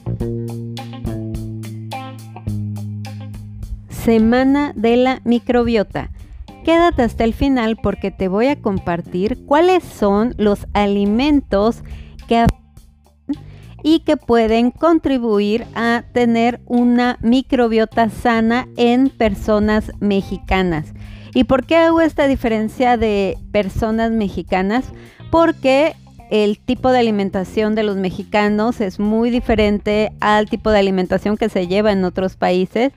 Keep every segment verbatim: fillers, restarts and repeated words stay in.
Semana de la microbiota. Quédate hasta el final porque te voy a compartir cuáles son los alimentos que y que pueden contribuir a tener una microbiota sana en personas mexicanas. ¿Y por qué hago esta diferencia de personas mexicanas? Porque el tipo de alimentación de los mexicanos es muy diferente al tipo de alimentación que se lleva en otros países.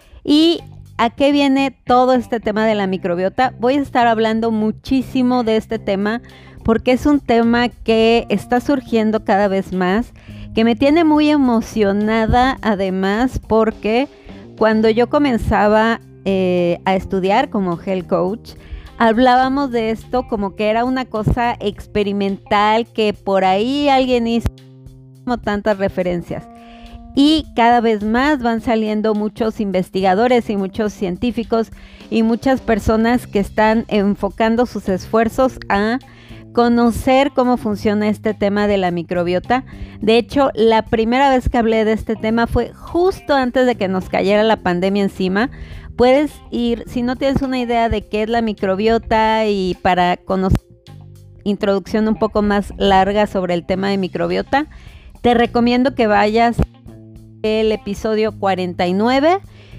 ¿Y a qué viene todo este tema de la microbiota? Voy a estar hablando muchísimo de este tema porque es un tema que está surgiendo cada vez más, que me tiene muy emocionada además porque cuando yo comenzaba eh, a estudiar como health coach, hablábamos de esto como que era una cosa experimental que por ahí alguien hizo, como tantas referencias. Y cada vez más van saliendo muchos investigadores y muchos científicos y muchas personas que están enfocando sus esfuerzos a conocer cómo funciona este tema de la microbiota. De hecho, la primera vez que hablé de este tema fue justo antes de que nos cayera la pandemia encima. Puedes ir, si no tienes una idea de qué es la microbiota y para conocer introducción un poco más larga sobre el tema de microbiota, te recomiendo que vayas el episodio cuarenta y nueve,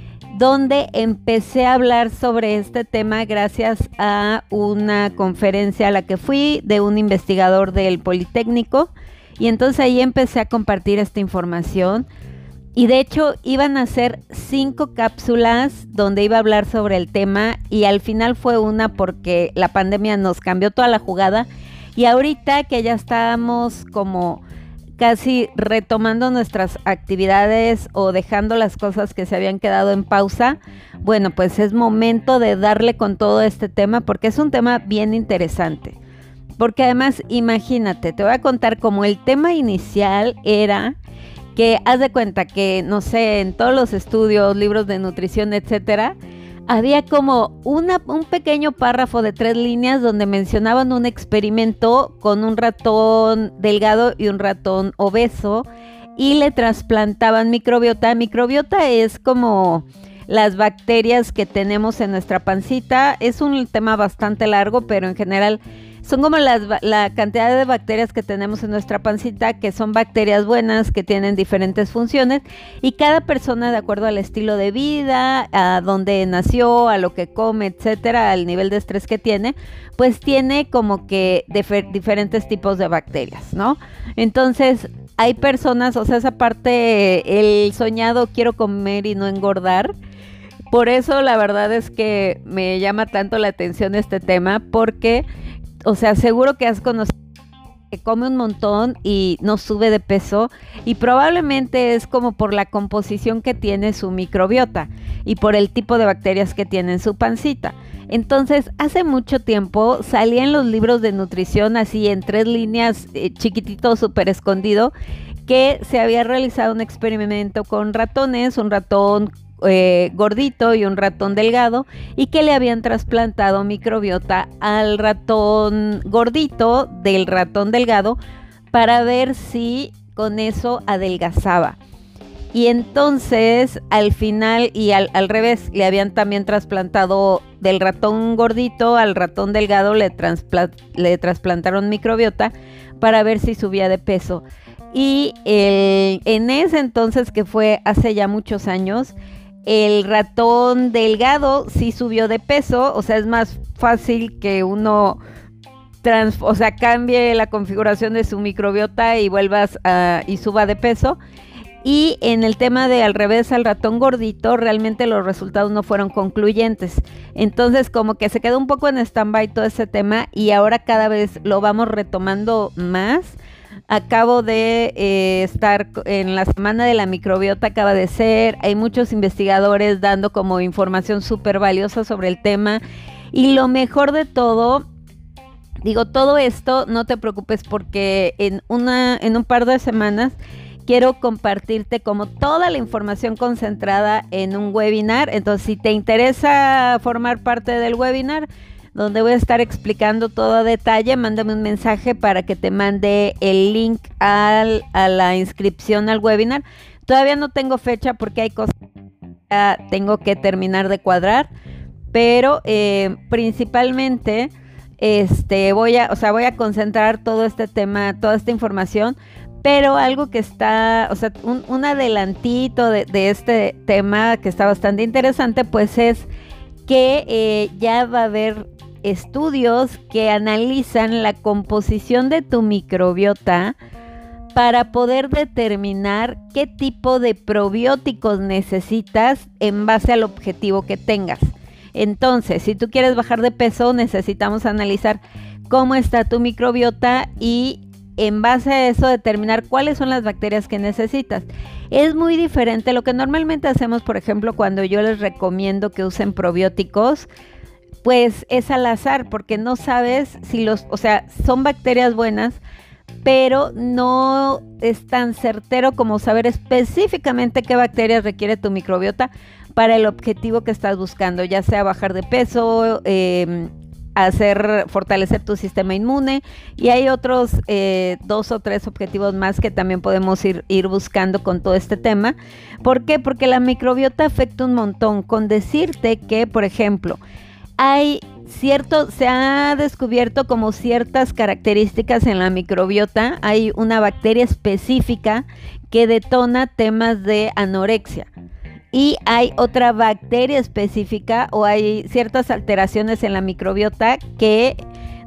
donde empecé a hablar sobre este tema gracias a una conferencia a la que fui de un investigador del Politécnico, y entonces ahí empecé a compartir esta información. Y de hecho iban a ser cinco cápsulas donde iba a hablar sobre el tema y al final fue una porque la pandemia nos cambió toda la jugada, y ahorita que ya estábamos como casi retomando nuestras actividades o dejando las cosas que se habían quedado en pausa, bueno, pues es momento de darle con todo este tema porque es un tema bien interesante. Porque además, imagínate, te voy a contar cómo el tema inicial era que haz de cuenta que, no sé, en todos los estudios, libros de nutrición, etcétera, había como una, un pequeño párrafo de tres líneas donde mencionaban un experimento con un ratón delgado y un ratón obeso y le trasplantaban microbiota. Microbiota es como las bacterias que tenemos en nuestra pancita. Es un tema bastante largo, pero en general son como las, la cantidad de bacterias que tenemos en nuestra pancita, que son bacterias buenas, que tienen diferentes funciones, y cada persona, de acuerdo al estilo de vida, a dónde nació, a lo que come, etcétera, al nivel de estrés que tiene, pues tiene como que difer- diferentes tipos de bacterias, ¿no? Entonces, hay personas, o sea, esa parte, el soñado quiero comer y no engordar. Por eso la verdad es que me llama tanto la atención este tema, porque o sea, seguro que has conocido que come un montón y no sube de peso, y probablemente es como por la composición que tiene su microbiota y por el tipo de bacterias que tiene en su pancita. Entonces, hace mucho tiempo salían los libros de nutrición así en tres líneas, eh, chiquitito, súper escondido, que se había realizado un experimento con ratones, un ratón Eh, gordito y un ratón delgado, y que le habían trasplantado microbiota al ratón gordito del ratón delgado para ver si con eso adelgazaba. Y entonces al final y al, al revés, le habían también trasplantado del ratón gordito al ratón delgado, le, transpla- le trasplantaron microbiota para ver si subía de peso. Y el, en ese entonces, que fue hace ya muchos años, el ratón delgado sí subió de peso. O sea, es más fácil que uno trans, o sea, cambie la configuración de su microbiota y vuelvas a, y suba de peso. Y en el tema de al revés al ratón gordito, realmente los resultados no fueron concluyentes. Entonces como que se quedó un poco en stand-by todo ese tema, y ahora cada vez lo vamos retomando más. Acabo de eh, estar en la semana de la microbiota, acaba de ser, hay muchos investigadores dando como información súper valiosa sobre el tema, y lo mejor de todo, digo, todo esto, no te preocupes porque en, una, en un par de semanas quiero compartirte como toda la información concentrada en un webinar. Entonces, si te interesa formar parte del webinar, donde voy a estar explicando todo a detalle. Mándame un mensaje para que te mande el link al, a la inscripción al webinar. Todavía no tengo fecha porque hay cosas que tengo que terminar de cuadrar, pero eh, principalmente este, voy a, o sea, voy a concentrar todo este tema, toda esta información. Pero algo que está, o sea, un, un adelantito de, de este tema que está bastante interesante, pues es que eh, ya va a haber estudios que analizan la composición de tu microbiota para poder determinar qué tipo de probióticos necesitas en base al objetivo que tengas. Entonces, si tú quieres bajar de peso, necesitamos analizar cómo está tu microbiota y en base a eso determinar cuáles son las bacterias que necesitas. Es muy diferente lo que normalmente hacemos, por ejemplo, cuando yo les recomiendo que usen probióticos, pues es al azar, porque no sabes si los, o sea, son bacterias buenas, pero no es tan certero como saber específicamente qué bacterias requiere tu microbiota para el objetivo que estás buscando, ya sea bajar de peso, eh, hacer, fortalecer tu sistema inmune, y hay otros eh, dos o tres objetivos más que también podemos ir, ir buscando con todo este tema. ¿Por qué? Porque la microbiota afecta un montón. Con decirte que, por ejemplo, hay cierto, se ha descubierto como ciertas características en la microbiota. Hay una bacteria específica que detona temas de anorexia. Y hay otra bacteria específica o hay ciertas alteraciones en la microbiota que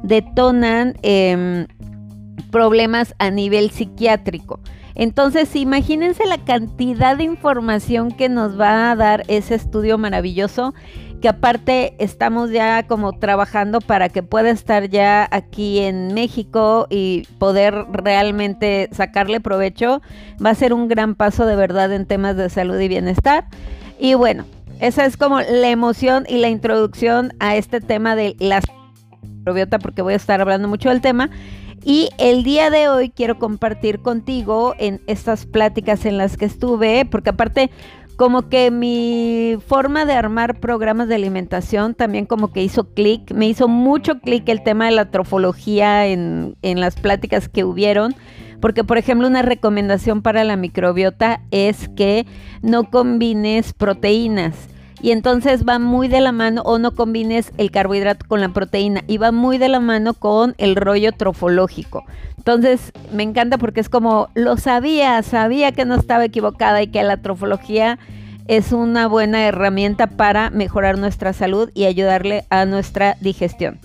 detonan eh, problemas a nivel psiquiátrico. Entonces, imagínense la cantidad de información que nos va a dar ese estudio maravilloso, que aparte estamos ya como trabajando para que pueda estar ya aquí en México y poder realmente sacarle provecho. Va a ser un gran paso de verdad en temas de salud y bienestar. Y bueno, esa es como la emoción y la introducción a este tema de la microbiota, porque voy a estar hablando mucho del tema. Y el día de hoy quiero compartir contigo en estas pláticas en las que estuve, porque aparte como que mi forma de armar programas de alimentación también como que hizo clic, me hizo mucho clic el tema de la trofología en, en las pláticas que hubieron, porque por ejemplo una recomendación para la microbiota es que no combines proteínas. Y entonces va muy de la mano, o no combines el carbohidrato con la proteína, y va muy de la mano con el rollo trofológico. Entonces me encanta porque es como, lo sabía, sabía que no estaba equivocada y que la trofología es una buena herramienta para mejorar nuestra salud y ayudarle a nuestra digestión.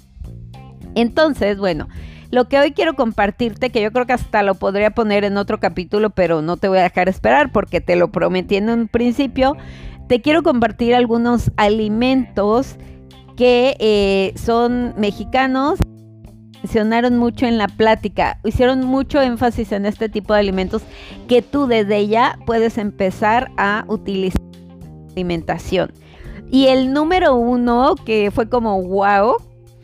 Entonces, bueno, lo que hoy quiero compartirte, que yo creo que hasta lo podría poner en otro capítulo, pero no te voy a dejar esperar porque te lo prometí en un principio. Te quiero compartir algunos alimentos que eh, son mexicanos. Mencionaron mucho en la plática, hicieron mucho énfasis en este tipo de alimentos que tú desde ya puedes empezar a utilizar en la alimentación. Y el número uno, que fue como wow,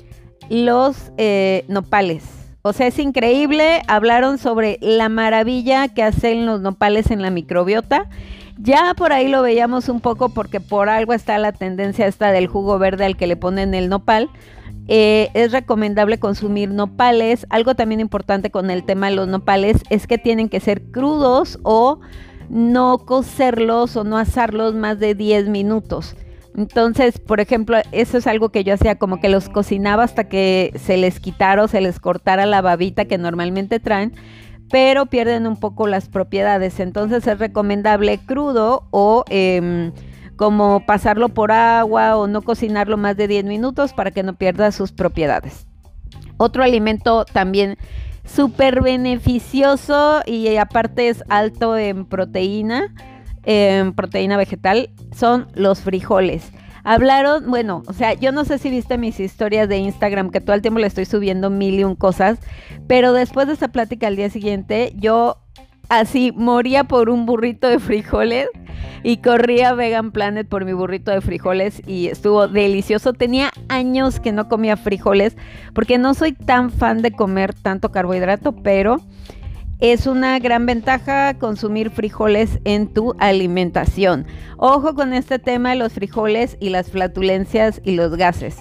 los eh, nopales. O sea, es increíble. Hablaron sobre la maravilla que hacen los nopales en la microbiota. Ya por ahí lo veíamos un poco porque por algo está la tendencia esta del jugo verde al que le ponen el nopal. Eh, es recomendable consumir nopales. Algo también importante con el tema de los nopales es que tienen que ser crudos o no cocerlos o no asarlos más de diez minutos. Entonces, por ejemplo, eso es algo que yo hacía, como que los cocinaba hasta que se les quitara o se les cortara la babita que normalmente traen, pero pierden un poco las propiedades. Entonces es recomendable crudo o eh, como pasarlo por agua o no cocinarlo más de diez minutos para que no pierda sus propiedades. Otro alimento también súper beneficioso y aparte es alto en proteína, en proteína vegetal, son los frijoles. Hablaron, bueno, o sea, yo no sé si viste mis historias de Instagram, que todo el tiempo le estoy subiendo mil y un cosas, pero después de esa plática al día siguiente, yo así moría por un burrito de frijoles y corría a Vegan Planet por mi burrito de frijoles y estuvo delicioso. Tenía años que no comía frijoles porque no soy tan fan de comer tanto carbohidrato, pero es una gran ventaja consumir frijoles en tu alimentación. Ojo con este tema de los frijoles y las flatulencias y los gases.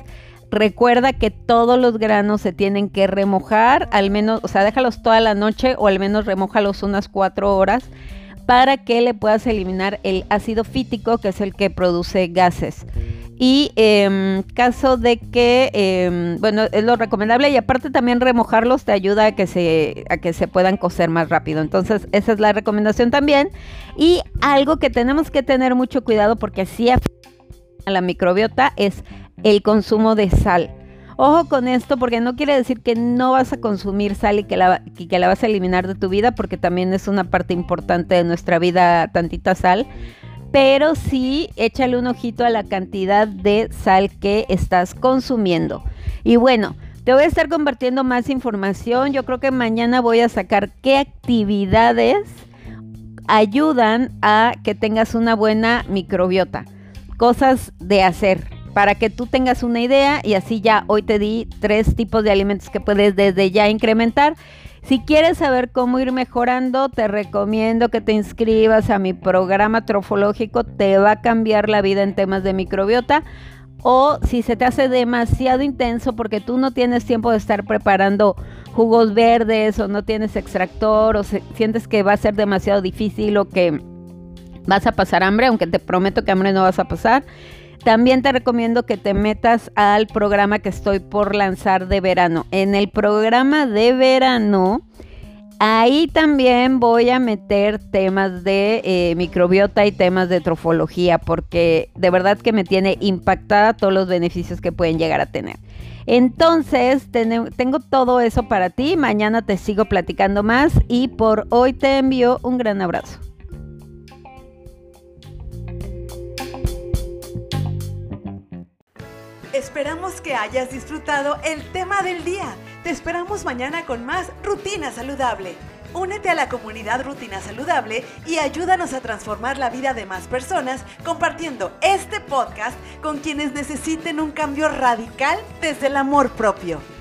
Recuerda que todos los granos se tienen que remojar, al menos, o sea, déjalos toda la noche o al menos remójalos unas cuatro horas para que le puedas eliminar el ácido fítico, que es el que produce gases. Y en eh, caso de que, eh, bueno, es lo recomendable, y aparte también remojarlos te ayuda a que se, a que se puedan cocer más rápido. Entonces esa es la recomendación también. Y algo que tenemos que tener mucho cuidado porque sí afecta a la microbiota es el consumo de sal. Ojo con esto porque no quiere decir que no vas a consumir sal y que la, y que la vas a eliminar de tu vida, porque también es una parte importante de nuestra vida, tantita sal. Pero sí, échale un ojito a la cantidad de sal que estás consumiendo. Y bueno, te voy a estar compartiendo más información. Yo creo que mañana voy a sacar qué actividades ayudan a que tengas una buena microbiota. Cosas de hacer para que tú tengas una idea, y así ya hoy te di tres tipos de alimentos que puedes desde ya incrementar. Si quieres saber cómo ir mejorando, te recomiendo que te inscribas a mi programa trofológico. Te va a cambiar la vida en temas de microbiota. O si se te hace demasiado intenso porque tú no tienes tiempo de estar preparando jugos verdes, o no tienes extractor, o se, sientes que va a ser demasiado difícil o que vas a pasar hambre, aunque te prometo que hambre no vas a pasar, también te recomiendo que te metas al programa que estoy por lanzar de verano. En el programa de verano, ahí también voy a meter temas de eh, microbiota y temas de trofología, porque de verdad que me tiene impactada todos los beneficios que pueden llegar a tener. Entonces, ten, tengo todo eso para ti. Mañana te sigo platicando más y por hoy te envío un gran abrazo. Esperamos que hayas disfrutado el tema del día. Te esperamos mañana con más Rutina Saludable. Únete a la comunidad Rutina Saludable y ayúdanos a transformar la vida de más personas compartiendo este podcast con quienes necesiten un cambio radical desde el amor propio.